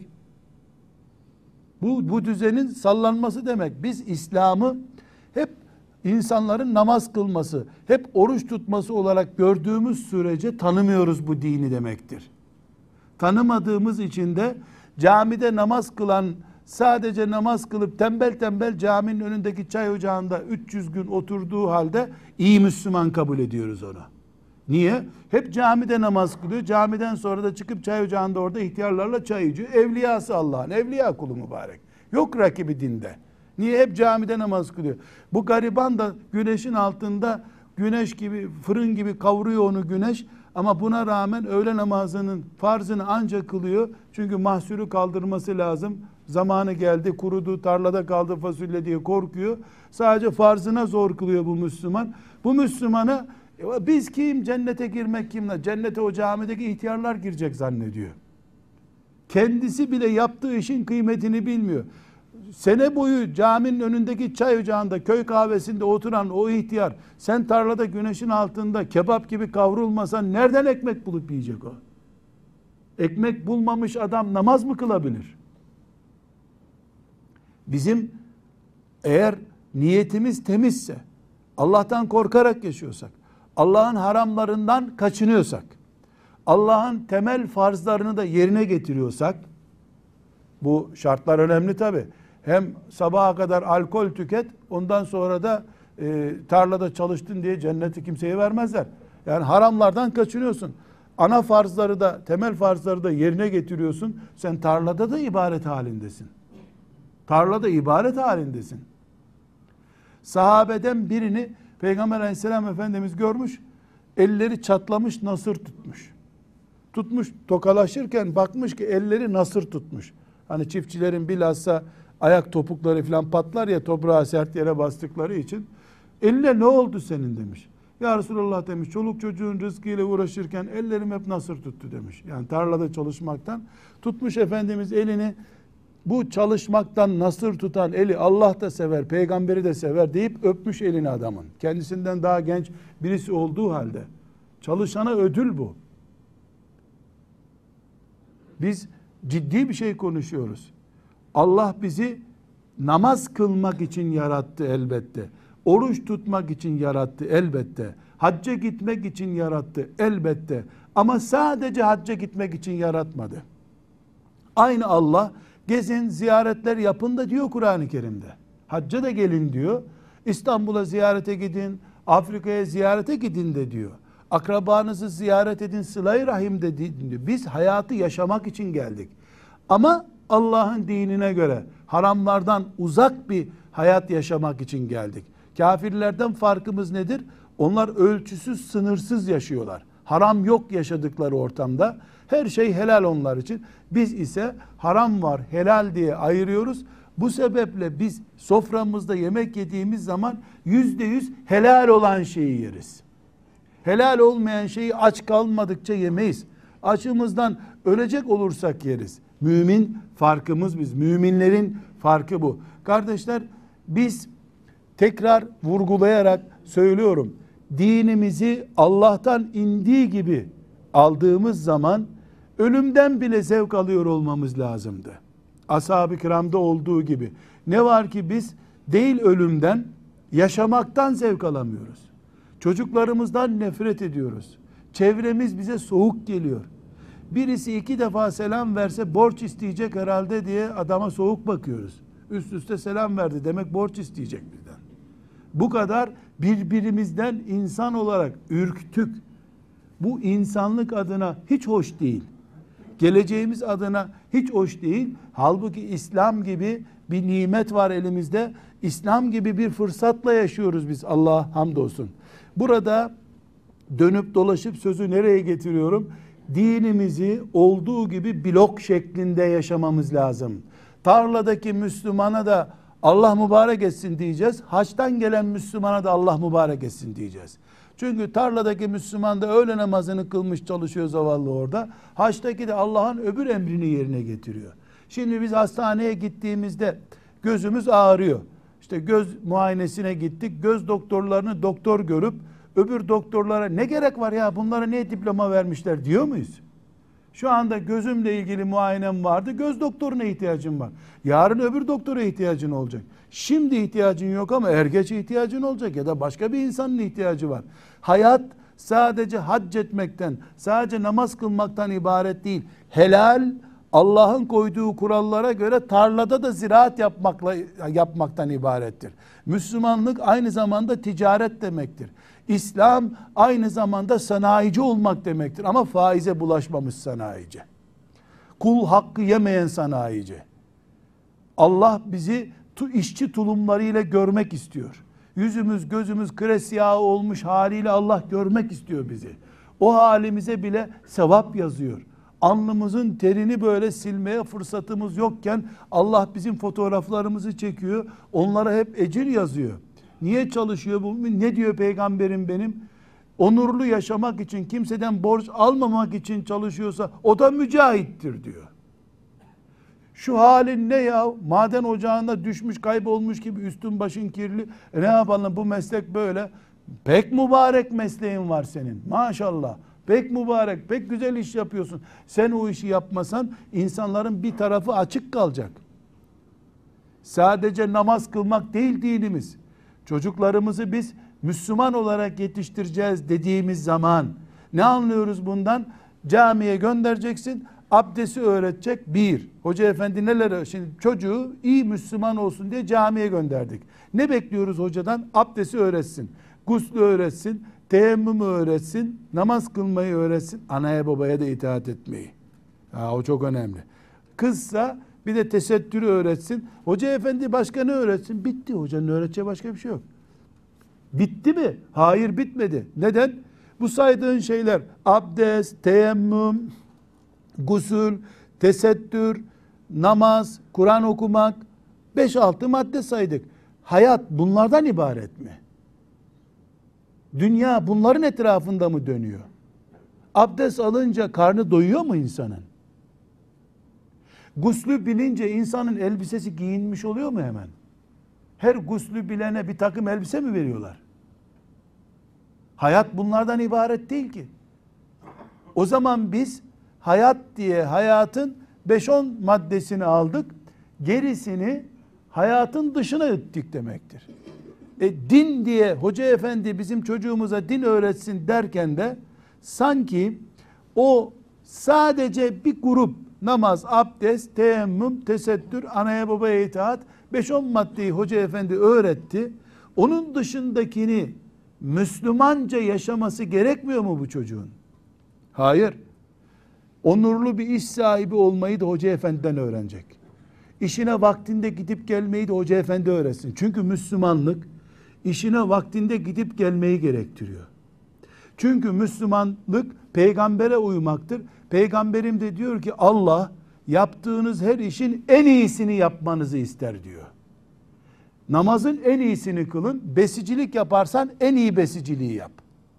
Bu, bu düzenin sallanması demek. Biz İslam'ı hep insanların namaz kılması, hep oruç tutması olarak gördüğümüz sürece tanımıyoruz bu dini demektir. Tanımadığımız için de camide namaz kılan, sadece namaz kılıp tembel tembel caminin önündeki çay ocağında üç yüz gün oturduğu halde iyi Müslüman kabul ediyoruz onu. Niye? Hep camide namaz kılıyor. Camiden sonra da çıkıp çay ocağında orada ihtiyarlarla çay içiyor. Evliyası Allah'ın, evliya kulu mübarek. Yok rakibi dinde. Niye? Hep camide namaz kılıyor. Bu gariban da güneşin altında güneş gibi, fırın gibi kavuruyor onu güneş. Ama buna rağmen öğle namazının farzını ancak kılıyor. Çünkü mahsulü kaldırması lazım. Zamanı geldi, kurudu, tarlada kaldı fasulye diye korkuyor. Sadece farzına zor kılıyor bu Müslüman. Bu Müslümana E, biz kim? Cennete girmek kimle? Cennete o camideki ihtiyarlar girecek zannediyor. Kendisi bile yaptığı işin kıymetini bilmiyor. Sene boyu caminin önündeki çay ocağında, köy kahvesinde oturan o ihtiyar, sen tarlada güneşin altında kebap gibi kavrulmasan nereden ekmek bulup yiyecek o? Ekmek bulmamış adam namaz mı kılabilir? Bizim eğer niyetimiz temizse, Allah'tan korkarak yaşıyorsak, Allah'ın haramlarından kaçınıyorsak, Allah'ın temel farzlarını da yerine getiriyorsak, bu şartlar önemli tabi. Hem sabaha kadar alkol tüket, ondan sonra da e, tarlada çalıştın diye cenneti kimseye vermezler. Yani haramlardan kaçınıyorsun. Ana farzları da, temel farzları da yerine getiriyorsun. Sen tarlada da ibadet halindesin. Tarlada ibadet halindesin. Sahabeden birini Peygamber Aleyhisselam Efendimiz görmüş, elleri çatlamış, nasır tutmuş. Tutmuş, tokalaşırken bakmış ki elleri nasır tutmuş. Hani çiftçilerin bilhassa ayak topukları falan patlar ya, toprağa sert yere bastıkları için. Eline ne oldu senin demiş. Ya Resulallah demiş, çoluk çocuğun rızkıyla uğraşırken ellerim hep nasır tuttu demiş. Yani tarlada çalışmaktan. Tutmuş Efendimiz elini, bu çalışmaktan nasır tutan eli Allah da sever, peygamberi de sever deyip öpmüş elini adamın. Kendisinden daha genç birisi olduğu halde. Çalışana ödül bu. Biz ciddi bir şey konuşuyoruz. Allah bizi namaz kılmak için yarattı elbette. Oruç tutmak için yarattı elbette. Hacca gitmek için yarattı elbette. Ama sadece hacca gitmek için yaratmadı. Aynı Allah gezin, ziyaretler yapın da diyor Kur'an-ı Kerim'de. Hacca da gelin diyor. İstanbul'a ziyarete gidin, Afrika'ya ziyarete gidin de diyor. Akrabanızı ziyaret edin, sıla-i rahim de diyor. Biz hayatı yaşamak için geldik. Ama Allah'ın dinine göre haramlardan uzak bir hayat yaşamak için geldik. Kafirlerden farkımız nedir? Onlar ölçüsüz, sınırsız yaşıyorlar. Haram yok yaşadıkları ortamda. Her şey helal onlar için. Biz ise haram var, helal diye ayırıyoruz. Bu sebeple biz soframızda yemek yediğimiz zaman yüzde yüz helal olan şeyi yeriz. Helal olmayan şeyi aç kalmadıkça yemeyiz. Açımızdan ölecek olursak yeriz. Mümin farkımız biz. Müminlerin farkı bu. Kardeşler, biz tekrar vurgulayarak söylüyorum. Dinimizi Allah'tan indiği gibi aldığımız zaman ölümden bile zevk alıyor olmamız lazımdı. Ashab-ı kiramda olduğu gibi. Ne var ki biz değil ölümden, yaşamaktan zevk alamıyoruz. Çocuklarımızdan nefret ediyoruz. Çevremiz bize soğuk geliyor. Birisi iki defa selam verse borç isteyecek herhalde diye adama soğuk bakıyoruz. Üst üste selam verdi demek borç isteyecek bizden. Bu kadar birbirimizden insan olarak ürktük. Bu insanlık adına hiç hoş değil. Geleceğimiz adına hiç hoş değil. Halbuki İslam gibi bir nimet var elimizde. İslam gibi bir fırsatla yaşıyoruz biz, Allah'a hamdolsun. Burada dönüp dolaşıp sözü nereye getiriyorum? Dinimizi olduğu gibi blok şeklinde yaşamamız lazım. Tarladaki Müslümana da Allah mübarek etsin diyeceğiz. Haçtan gelen Müslümana da Allah mübarek etsin diyeceğiz. Çünkü tarladaki Müslüman da öğle namazını kılmış çalışıyor zavallı orada. Haçtaki de Allah'ın öbür emrini yerine getiriyor. Şimdi biz hastaneye gittiğimizde gözümüz ağrıyor. İşte göz muayenesine gittik. Göz doktorlarını doktor görüp öbür doktorlara ne gerek var ya, bunlara niye diploma vermişler diyor muyuz? Şu anda gözümle ilgili muayenem vardı. Göz doktoruna ihtiyacım var. Yarın öbür doktora ihtiyacın olacak. Şimdi ihtiyacın yok ama er geç ihtiyacın olacak ya da başka bir insanın ihtiyacı var. Hayat sadece hac etmekten, sadece namaz kılmaktan ibaret değil. Helal, Allah'ın koyduğu kurallara göre tarlada da ziraat yapmakla yapmaktan ibarettir. Müslümanlık aynı zamanda ticaret demektir. İslam aynı zamanda sanayici olmak demektir ama faize bulaşmamış sanayici. Kul hakkı yemeyen sanayici. Allah bizi işçi tulumlarıyla görmek istiyor. Yüzümüz gözümüz kres yağı olmuş haliyle Allah görmek istiyor bizi. O halimize bile sevap yazıyor. Alnımızın terini böyle silmeye fırsatımız yokken Allah bizim fotoğraflarımızı çekiyor. Onlara hep ecir yazıyor. Niye çalışıyor bu? Ne diyor peygamberim benim? onurlu yaşamak için, kimseden borç almamak için çalışıyorsa o da mücahittir diyor. Şu halin ne ya? Maden ocağına düşmüş, kaybolmuş gibi üstün başın kirli. E ne yapalım, bu meslek böyle. Pek mübarek mesleğin var senin. Maşallah. Pek mübarek, pek güzel iş yapıyorsun. Sen o işi yapmasan insanların bir tarafı açık kalacak. Sadece namaz kılmak değil dinimiz. Çocuklarımızı biz Müslüman olarak yetiştireceğiz dediğimiz zaman ne anlıyoruz bundan? Camiye göndereceksin, abdesti öğretecek bir. Hoca efendi neler, şimdi çocuğu iyi Müslüman olsun diye camiye gönderdik. Ne bekliyoruz hocadan? Abdesti öğretsin, guslü öğretsin, teyemmümü öğretsin, namaz kılmayı öğretsin, anaya babaya da itaat etmeyi. Ha, o çok önemli. Kızsa bir de tesettürü öğretsin. Hoca efendi başka ne öğretsin? Bitti. Hocanın öğreteceği başka bir şey yok. Bitti mi? Hayır, bitmedi. Neden? Bu saydığın şeyler abdest, teyemmüm, gusül, tesettür, namaz, Kur'an okumak, beş altı madde saydık. Hayat bunlardan ibaret mi? Dünya bunların etrafında mı dönüyor? Abdest alınca karnı doyuyor mu insanın? Guslü bilince insanın elbisesi giyinmiş oluyor mu hemen? Her guslü bilene bir takım elbise mi veriyorlar? Hayat bunlardan ibaret değil ki. O zaman biz hayat diye hayatın beş on maddesini aldık, gerisini hayatın dışına ittik demektir. E, din diye hoca efendi bizim çocuğumuza din öğretsin derken de sanki o sadece bir grup namaz, abdest, teyemmüm, tesettür, anaya babaya itaat beş on maddeyi hoca efendi öğretti. Onun dışındakini Müslümanca yaşaması gerekmiyor mu bu çocuğun? Hayır. Onurlu bir iş sahibi olmayı da hoca efendiden öğrenecek. İşine vaktinde gidip gelmeyi de hoca efendi öğretsin. Çünkü Müslümanlık işine vaktinde gidip gelmeyi gerektiriyor. Çünkü Müslümanlık peygambere uymaktır. Peygamberim de diyor ki Allah yaptığınız her işin en iyisini yapmanızı ister diyor. Namazın en iyisini kılın. Besicilik yaparsan en iyi besiciliği yap.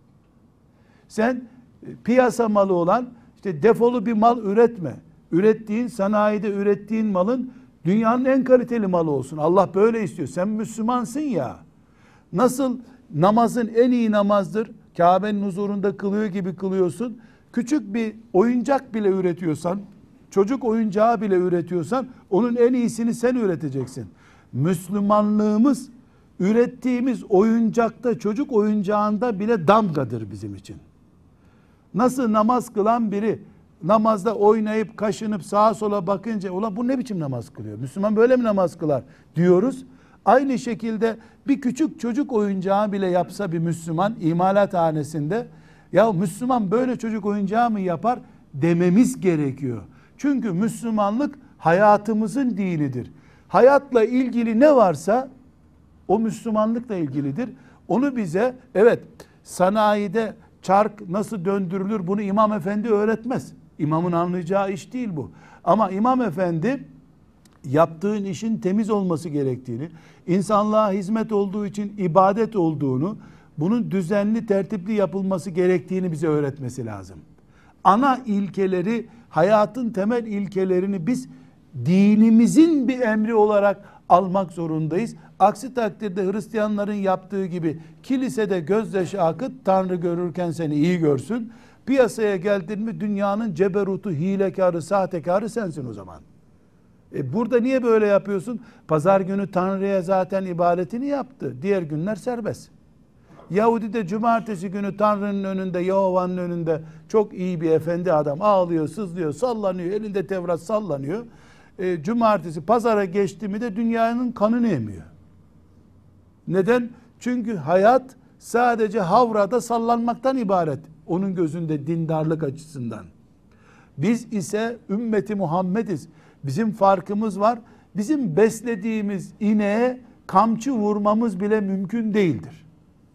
Sen piyasa malı olan işte defolu bir mal üretme. Ürettiğin, sanayide ürettiğin malın dünyanın en kaliteli malı olsun. Allah böyle istiyor. Sen Müslümansın ya. Nasıl namazın en iyi namazdır? Kabe'nin huzurunda kılıyor gibi kılıyorsun. Küçük bir oyuncak bile üretiyorsan, çocuk oyuncağı bile üretiyorsan onun en iyisini sen üreteceksin. Müslümanlığımız ürettiğimiz oyuncakta, çocuk oyuncağında bile damgadır bizim için. Nasıl namaz kılan biri namazda oynayıp kaşınıp sağa sola bakınca ulan bu ne biçim namaz kılıyor? Müslüman böyle mi namaz kılar diyoruz. Aynı şekilde bir küçük çocuk oyuncağı bile yapsa bir Müslüman imalathanesinde ya Müslüman böyle çocuk oyuncağı mı yapar dememiz gerekiyor. Çünkü Müslümanlık hayatımızın dinidir. Hayatla ilgili ne varsa o Müslümanlıkla ilgilidir. Onu bize evet sanayide çark nasıl döndürülür bunu İmam Efendi öğretmez. İmamın anlayacağı iş değil bu. Ama İmam Efendi yaptığın işin temiz olması gerektiğini, insanlığa hizmet olduğu için ibadet olduğunu, bunun düzenli, tertipli yapılması gerektiğini bize öğretmesi lazım. Ana ilkeleri, hayatın temel ilkelerini biz dinimizin bir emri olarak almak zorundayız. Aksi takdirde Hristiyanların yaptığı gibi kilisede gözyaşı akıt, Tanrı görürken seni iyi görsün. Piyasaya geldin mi dünyanın ceberutu, hilekarı, sahtekarı sensin o zaman. E burada niye böyle yapıyorsun? Pazar günü Tanrı'ya zaten ibadetini yaptı. Diğer günler serbest. Yahudi de cumartesi günü Tanrı'nın önünde, Yahova'nın önünde çok iyi bir efendi adam ağlıyor, sızlıyor, sallanıyor, elinde Tevrat sallanıyor. E, cumartesi pazara geçti mi de dünyanın kanını emiyor. Neden? Çünkü hayat sadece havrada sallanmaktan ibaret. Onun gözünde dindarlık açısından. Biz ise ümmeti Muhammediz. Bizim farkımız var. Bizim beslediğimiz ineğe kamçı vurmamız bile mümkün değildir.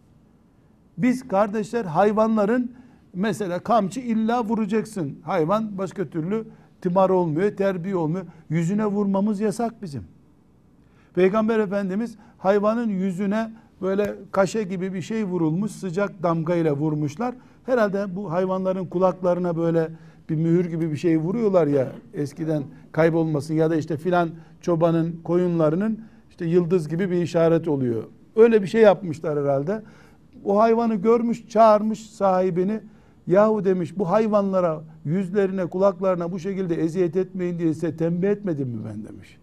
Biz kardeşler hayvanların mesela kamçı illa vuracaksın. Hayvan başka türlü tımar olmuyor, terbiye olmuyor. Yüzüne vurmamız yasak bizim. Peygamber Efendimiz hayvanın yüzüne böyle kaşe gibi bir şey vurulmuş, sıcak damgayla vurmuşlar. Herhalde bu hayvanların kulaklarına böyle bir mühür gibi bir şey vuruyorlar ya, eskiden kaybolmasın, ya da işte filan çobanın koyunlarının işte yıldız gibi bir işaret oluyor. Öyle bir şey yapmışlar herhalde. O hayvanı görmüş, çağırmış sahibini. Yahu demiş, bu hayvanlara, yüzlerine, kulaklarına bu şekilde eziyet etmeyin diye size tembih etmedim mi ben demiş.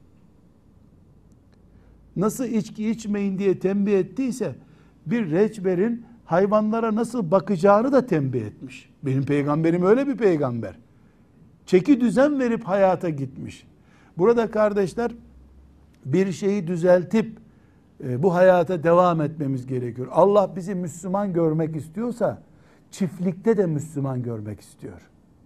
Nasıl içki içmeyin diye tembih ettiyse, bir rehberin hayvanlara nasıl bakacağını da tembih etmiş. Benim peygamberim öyle bir peygamber. Çeki düzen verip hayata gitmiş. Burada kardeşler, bir şeyi düzeltip e, bu hayata devam etmemiz gerekiyor. Allah bizi Müslüman görmek istiyorsa çiftlikte de Müslüman görmek istiyor.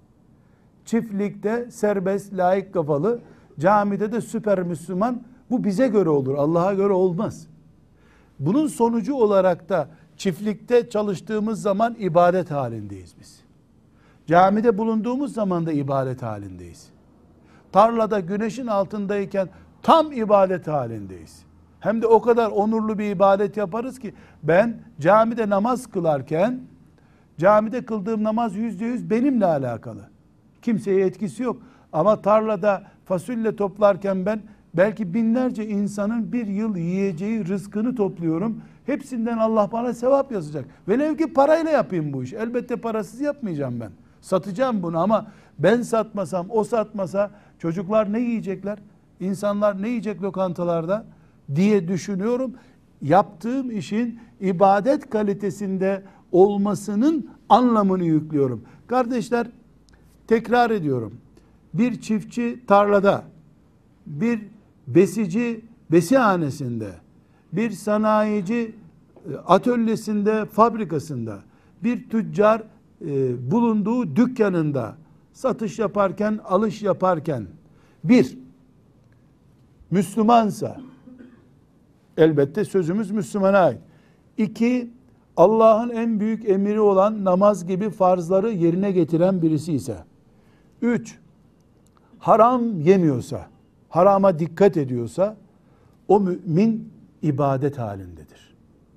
Çiftlikte serbest, laik kafalı, camide de süper Müslüman. Bu bize göre olur, Allah'a göre olmaz. Bunun sonucu olarak da çiftlikte çalıştığımız zaman ibadet halindeyiz biz. Camide bulunduğumuz zaman da ibadet halindeyiz. Tarlada güneşin altındayken tam ibadet halindeyiz. Hem de o kadar onurlu bir ibadet yaparız ki, ben camide namaz kılarken, camide kıldığım namaz yüzde yüz benimle alakalı. Kimseye etkisi yok. Ama tarlada fasulye toplarken ben belki binlerce insanın bir yıl yiyeceği rızkını topluyorum. Hepsinden Allah bana sevap yazacak. Velev ki parayla yapayım bu işi. Elbette parasız yapmayacağım ben. Satacağım bunu, ama ben satmasam, o satmasa çocuklar ne yiyecekler? İnsanlar ne yiyecek lokantalarda diye düşünüyorum. Yaptığım işin ibadet kalitesinde olmasının anlamını yüklüyorum. Kardeşler, tekrar ediyorum. Bir çiftçi tarlada, bir besici besihanesinde, bir sanayici atölyesinde, fabrikasında, bir tüccar e, bulunduğu dükkanında satış yaparken, alış yaparken, bir Müslümansa, elbette sözümüz Müslümana ait. İki, Allah'ın en büyük emiri olan namaz gibi farzları yerine getiren birisi ise. Üç, haram yemiyorsa, harama dikkat ediyorsa, o mümin ibadet halindedir.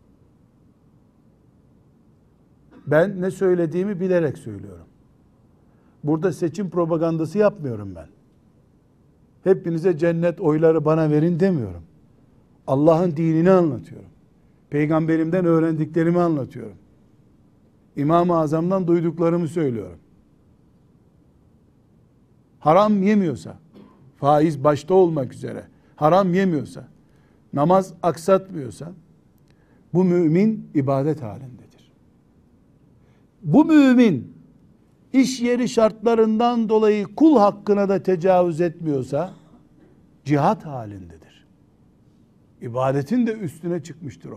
Ben ne söylediğimi bilerek söylüyorum. Burada seçim propagandası yapmıyorum ben. Hepinize cennet oyları bana verin demiyorum. Allah'ın dinini anlatıyorum. Peygamberimden öğrendiklerimi anlatıyorum. İmam-ı Azam'dan duyduklarımı söylüyorum. Haram yemiyorsa, faiz başta olmak üzere haram yemiyorsa, namaz aksatmıyorsa, bu mümin ibadet halindedir. Bu mümin iş yeri şartlarından dolayı kul hakkına da tecavüz etmiyorsa cihat halindedir. İbadetin de üstüne çıkmıştır o.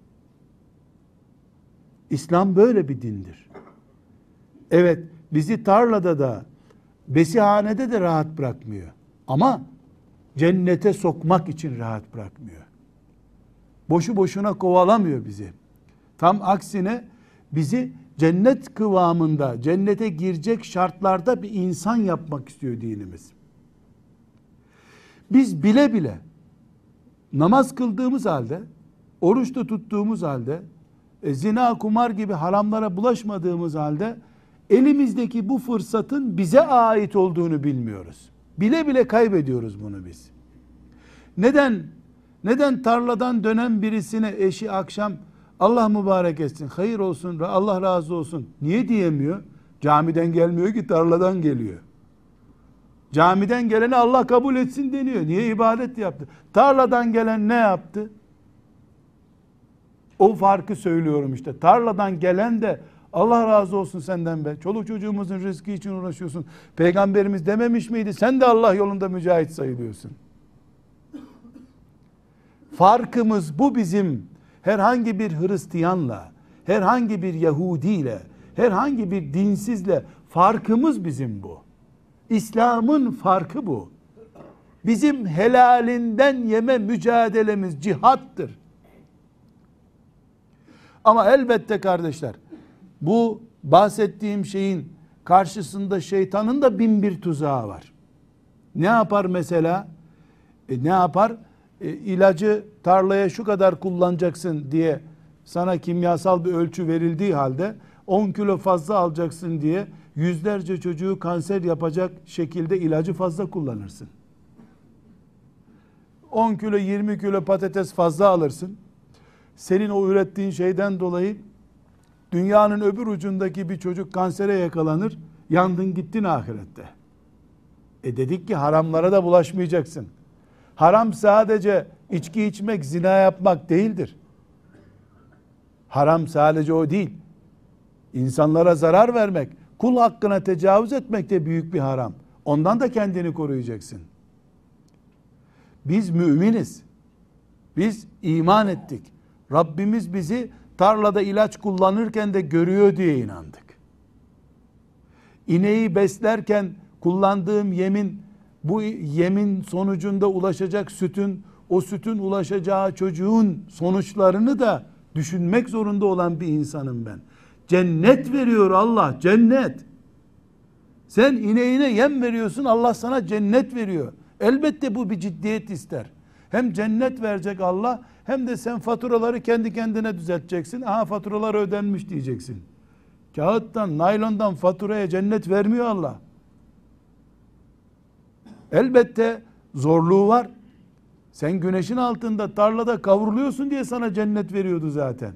İslam böyle bir dindir. Evet, bizi tarlada da, besihanede de rahat bırakmıyor. Ama cennete sokmak için rahat bırakmıyor. Boşu boşuna kovalamıyor bizi. Tam aksine bizi cennet kıvamında, cennete girecek şartlarda bir insan yapmak istiyor dinimiz. Biz bile bile namaz kıldığımız halde, oruç da tuttuğumuz halde, e, zina, kumar gibi haramlara bulaşmadığımız halde elimizdeki bu fırsatın bize ait olduğunu bilmiyoruz. Bile bile kaybediyoruz bunu biz. Neden? Neden tarladan dönen birisine eşi akşam Allah mübarek etsin, hayır olsun, Allah razı olsun niye diyemiyor? Camiden gelmiyor ki, tarladan geliyor. Camiden gelene Allah kabul etsin deniyor. Niye? İbadet yaptı. Tarladan gelen ne yaptı? O farkı söylüyorum işte. Tarladan gelen de Allah razı olsun senden be, çoluk çocuğumuzun rızkı için uğraşıyorsun. Peygamberimiz dememiş miydi? Sen de Allah yolunda mücahit sayılıyorsun. Farkımız bu bizim. Herhangi bir Hristiyanla, herhangi bir Yahudiyle, herhangi bir dinsizle farkımız bizim bu. İslam'ın farkı bu. Bizim helalinden yeme mücadelemiz cihattır. Ama elbette kardeşler, bu bahsettiğim şeyin karşısında şeytanın da bin bir tuzağı var. Ne yapar mesela? E, ne yapar? e, ilacı tarlaya şu kadar kullanacaksın diye sana kimyasal bir ölçü verildiği halde on kilo fazla alacaksın diye yüzlerce çocuğu kanser yapacak şekilde ilacı fazla kullanırsın. on kilo yirmi kilo patates fazla alırsın. Senin o ürettiğin şeyden dolayı dünyanın öbür ucundaki bir çocuk kansere yakalanır. Yandın gittin ahirette. E dedik ki haramlara da bulaşmayacaksın. Haram sadece içki içmek, zina yapmak değildir. Haram sadece o değil. İnsanlara zarar vermek, kul hakkına tecavüz etmek de büyük bir haram. Ondan da kendini koruyacaksın. Biz müminiz. Biz iman ettik. Rabbimiz bizi tarlada ilaç kullanırken de görüyor diye inandık. İneği beslerken kullandığım yemin, bu yemin sonucunda ulaşacak sütün, o sütün ulaşacağı çocuğun sonuçlarını da düşünmek zorunda olan bir insanım ben. Cennet veriyor Allah, cennet. Sen ineğine yem veriyorsun, Allah sana cennet veriyor. Elbette bu bir ciddiyet ister. Hem cennet verecek Allah, hem de sen faturaları kendi kendine düzelteceksin. Aha faturalar ödenmiş diyeceksin. Kağıttan, naylondan faturaya cennet vermiyor Allah. Elbette zorluğu var. Sen güneşin altında tarlada kavruluyorsun diye sana cennet veriyordu zaten.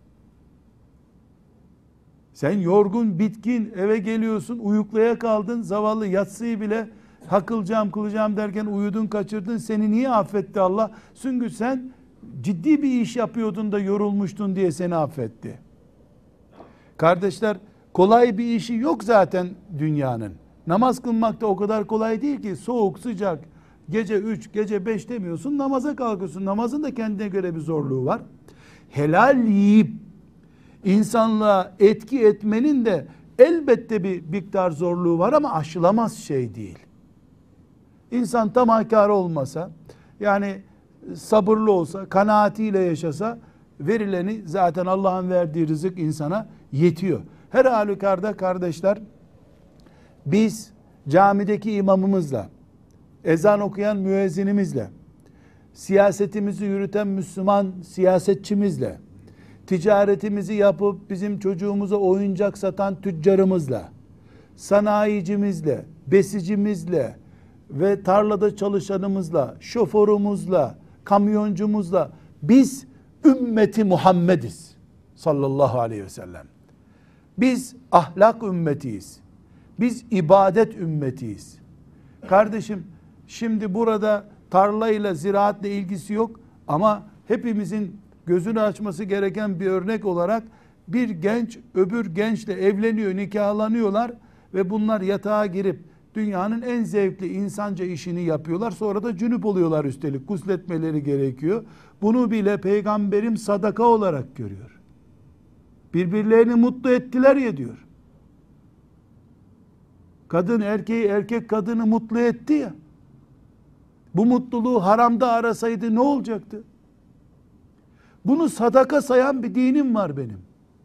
Sen yorgun, bitkin eve geliyorsun, uyuklaya kaldın, zavallı yatsıyı bile ha kılacağım kılacağım derken uyudun, kaçırdın. Seni niye affetti Allah? Çünkü sen ciddi bir iş yapıyordun da yorulmuştun diye seni affetti. Kardeşler, kolay bir işi yok zaten dünyanın. Namaz kılmak da o kadar kolay değil ki. Soğuk, sıcak, gece üç, gece beş demiyorsun, namaza kalkıyorsun. Namazın da kendine göre bir zorluğu var. Helal yiyip insanlığa etki etmenin de elbette bir miktar zorluğu var ama aşılamaz şey değil. İnsan tamahkar olmasa, yani sabırlı olsa, kanaatiyle yaşasa, verileni zaten Allah'ın verdiği rızık insana yetiyor. Her halükarda kardeşler, biz camideki imamımızla, ezan okuyan müezzinimizle, siyasetimizi yürüten Müslüman siyasetçimizle, ticaretimizi yapıp bizim çocuğumuza oyuncak satan tüccarımızla, sanayicimizle, besicimizle ve tarlada çalışanımızla, şoförümüzle, kamyoncumuzla biz ümmeti Muhammediz sallallahu aleyhi ve sellem. Biz ahlak ümmetiyiz. Biz ibadet ümmetiyiz. Kardeşim, şimdi burada tarlayla, ziraatle ilgisi yok ama hepimizin gözünü açması gereken bir örnek olarak bir genç öbür gençle evleniyor, nikahlanıyorlar ve bunlar yatağa girip dünyanın en zevkli insanca işini yapıyorlar. Sonra da cünüp oluyorlar üstelik. Gusletmeleri gerekiyor. Bunu bile peygamberim sadaka olarak görüyor. Birbirlerini mutlu ettiler ya diyor. Kadın erkeği, erkek kadını mutlu etti ya. Bu mutluluğu haramda arasaydı ne olacaktı? Bunu sadaka sayan bir dinim var benim.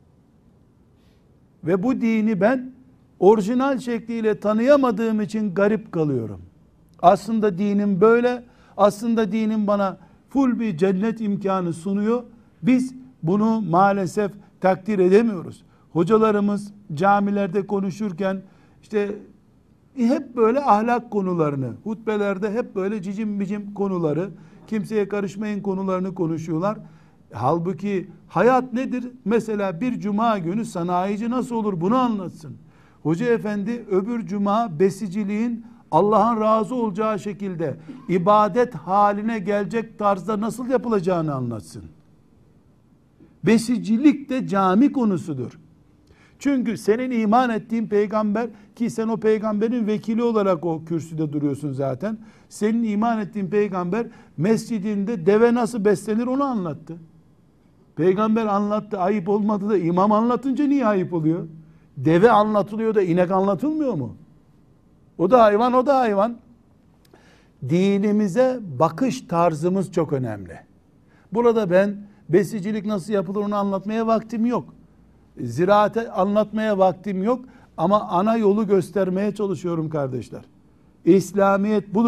Ve bu dini ben orijinal şekliyle tanıyamadığım için garip kalıyorum. Aslında dinim böyle, aslında dinim bana full bir cennet imkanı sunuyor. Biz bunu maalesef takdir edemiyoruz. Hocalarımız camilerde konuşurken işte hep böyle ahlak konularını, hutbelerde hep böyle cicim bicim konuları, kimseye karışmayın konularını konuşuyorlar. Halbuki hayat nedir? Mesela bir cuma günü sanayici nasıl olur bunu anlatsın. Hoca efendi öbür cuma besiciliğin Allah'ın razı olacağı şekilde ibadet haline gelecek tarzda nasıl yapılacağını anlatsın. Besicilik de cami konusudur. Çünkü senin iman ettiğin peygamber, ki sen o peygamberin vekili olarak o kürsüde duruyorsun zaten. Senin iman ettiğin peygamber mescidinde deve nasıl beslenir onu anlattı. Peygamber anlattı, ayıp olmadı da imam anlatınca niye ayıp oluyor? Deve anlatılıyor da inek anlatılmıyor mu? O da hayvan, o da hayvan. Dinimize bakış tarzımız çok önemli. Burada ben besicilik nasıl yapılır onu anlatmaya vaktim yok. Ziraate anlatmaya vaktim yok. Ama ana yolu göstermeye çalışıyorum kardeşler. İslamiyet budur.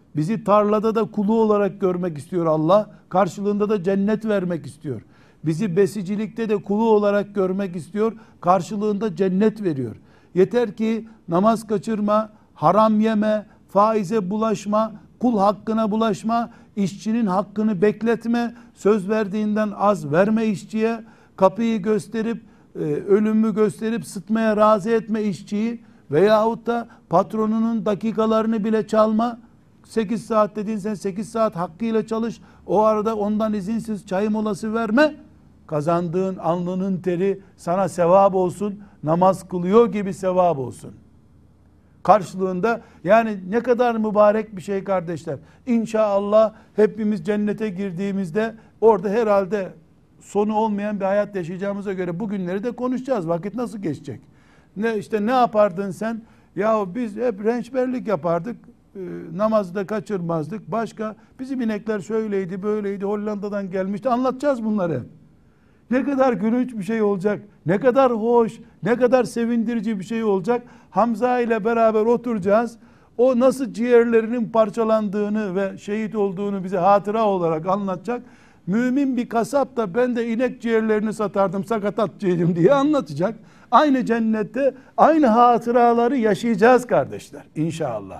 Bizi tarlada da kulu olarak görmek istiyor Allah. Karşılığında da cennet vermek istiyor. Bizi besicilikte de kulu olarak görmek istiyor. Karşılığında cennet veriyor. Yeter ki namaz kaçırma, haram yeme, faize bulaşma, kul hakkına bulaşma, işçinin hakkını bekletme, söz verdiğinden az verme işçiye, kapıyı gösterip, e, ölümü gösterip sıtmaya razı etme işçiyi veyahut da patronunun dakikalarını bile çalma. sekiz saat dediğin sen sekiz saat hakkıyla çalış. O arada ondan izinsiz çay molası verme. Kazandığın alnının teri sana sevap olsun. Namaz kılıyor gibi sevap olsun. Karşılığında yani ne kadar mübarek bir şey kardeşler. İnşallah hepimiz cennete girdiğimizde orada herhalde sonu olmayan bir hayat yaşayacağımıza göre bugünleri de konuşacağız. Vakit nasıl geçecek? Ne işte ne yapardın sen? Ya biz hep rençberlik yapardık. E, namazı da kaçırmazdık. Başka bizim inekler şöyleydi, böyleydi. Hollanda'dan gelmişti. Anlatacağız bunları. Ne kadar gülünç bir şey olacak. Ne kadar hoş, ne kadar sevindirici bir şey olacak. Hamza ile beraber oturacağız. O nasıl ciğerlerinin parçalandığını ve şehit olduğunu bize hatıra olarak anlatacak. Mümin bir kasap da ben de inek ciğerlerini satardım, sakatatçıydım diye anlatacak. Aynı cennette aynı hatıraları yaşayacağız kardeşler inşallah.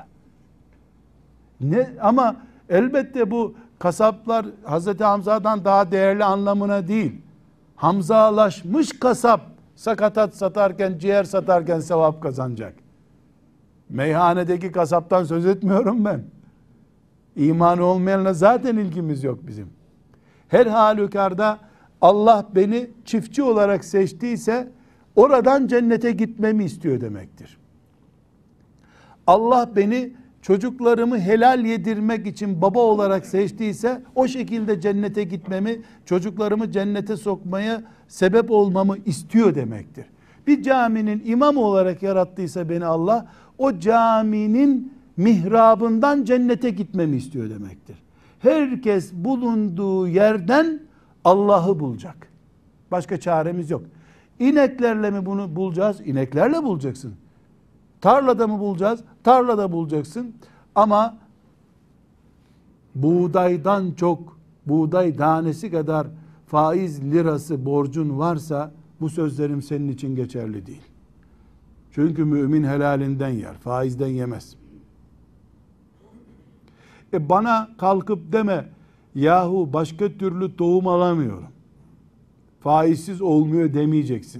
Ne ama elbette bu kasaplar Hazreti Hamza'dan daha değerli anlamına değil. Hamzalaşmış kasap sakatat satarken, ciğer satarken sevap kazanacak. Meyhanedeki kasaptan söz etmiyorum ben. İmanı olmayanla zaten ilgimiz yok bizim. Her halükarda Allah beni çiftçi olarak seçtiyse oradan cennete gitmemi istiyor demektir. Allah beni çocuklarımı helal yedirmek için baba olarak seçtiyse o şekilde cennete gitmemi, çocuklarımı cennete sokmaya sebep olmamı istiyor demektir. Bir caminin imamı olarak yarattıysa beni Allah, o caminin mihrabından cennete gitmemi istiyor demektir. Herkes bulunduğu yerden Allah'ı bulacak. Başka çaremiz yok. İneklerle mi bunu bulacağız? İneklerle bulacaksın. Tarlada mı bulacağız? Tarlada bulacaksın. Ama buğdaydan çok, buğday tanesi kadar faiz lirası borcun varsa bu sözlerim senin için geçerli değil. Çünkü mümin helalinden yer, faizden yemez. E bana kalkıp deme, yahu başka türlü tohum alamıyorum, faizsiz olmuyor demeyeceksin.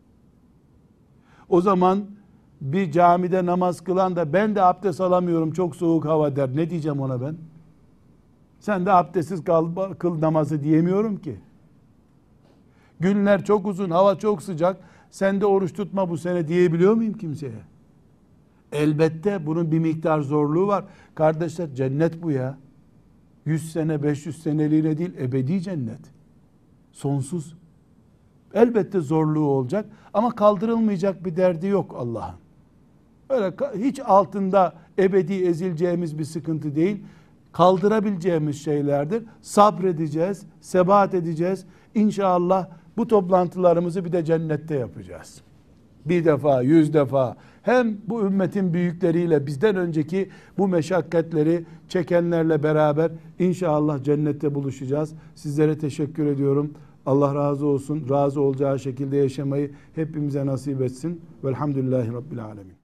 O zaman bir camide namaz kılan da ben de abdest alamıyorum çok soğuk hava der. Ne diyeceğim ona ben? Sen de abdestsiz kal, kıl namazı diyemiyorum ki. Günler çok uzun, hava çok sıcak. Sen de oruç tutma bu sene diyebiliyor muyum kimseye? Elbette bunun bir miktar zorluğu var. Kardeşler cennet bu ya. yüz sene, beş yüz seneliğine değil, ebedi cennet. Sonsuz. Elbette zorluğu olacak ama kaldırılmayacak bir derdi yok Allah'ın. Öyle hiç altında ebedi ezileceğimiz bir sıkıntı değil. Kaldırabileceğimiz şeylerdir. Sabredeceğiz, sebat edeceğiz. İnşallah bu toplantılarımızı bir de cennette yapacağız. Bir defa, yüz defa. Hem bu ümmetin büyükleriyle bizden önceki bu meşakkatleri çekenlerle beraber inşallah cennette buluşacağız. Sizlere teşekkür ediyorum. Allah razı olsun. Razı olacağı şekilde yaşamayı hepimize nasip etsin. Velhamdülillahi Rabbil Alemin.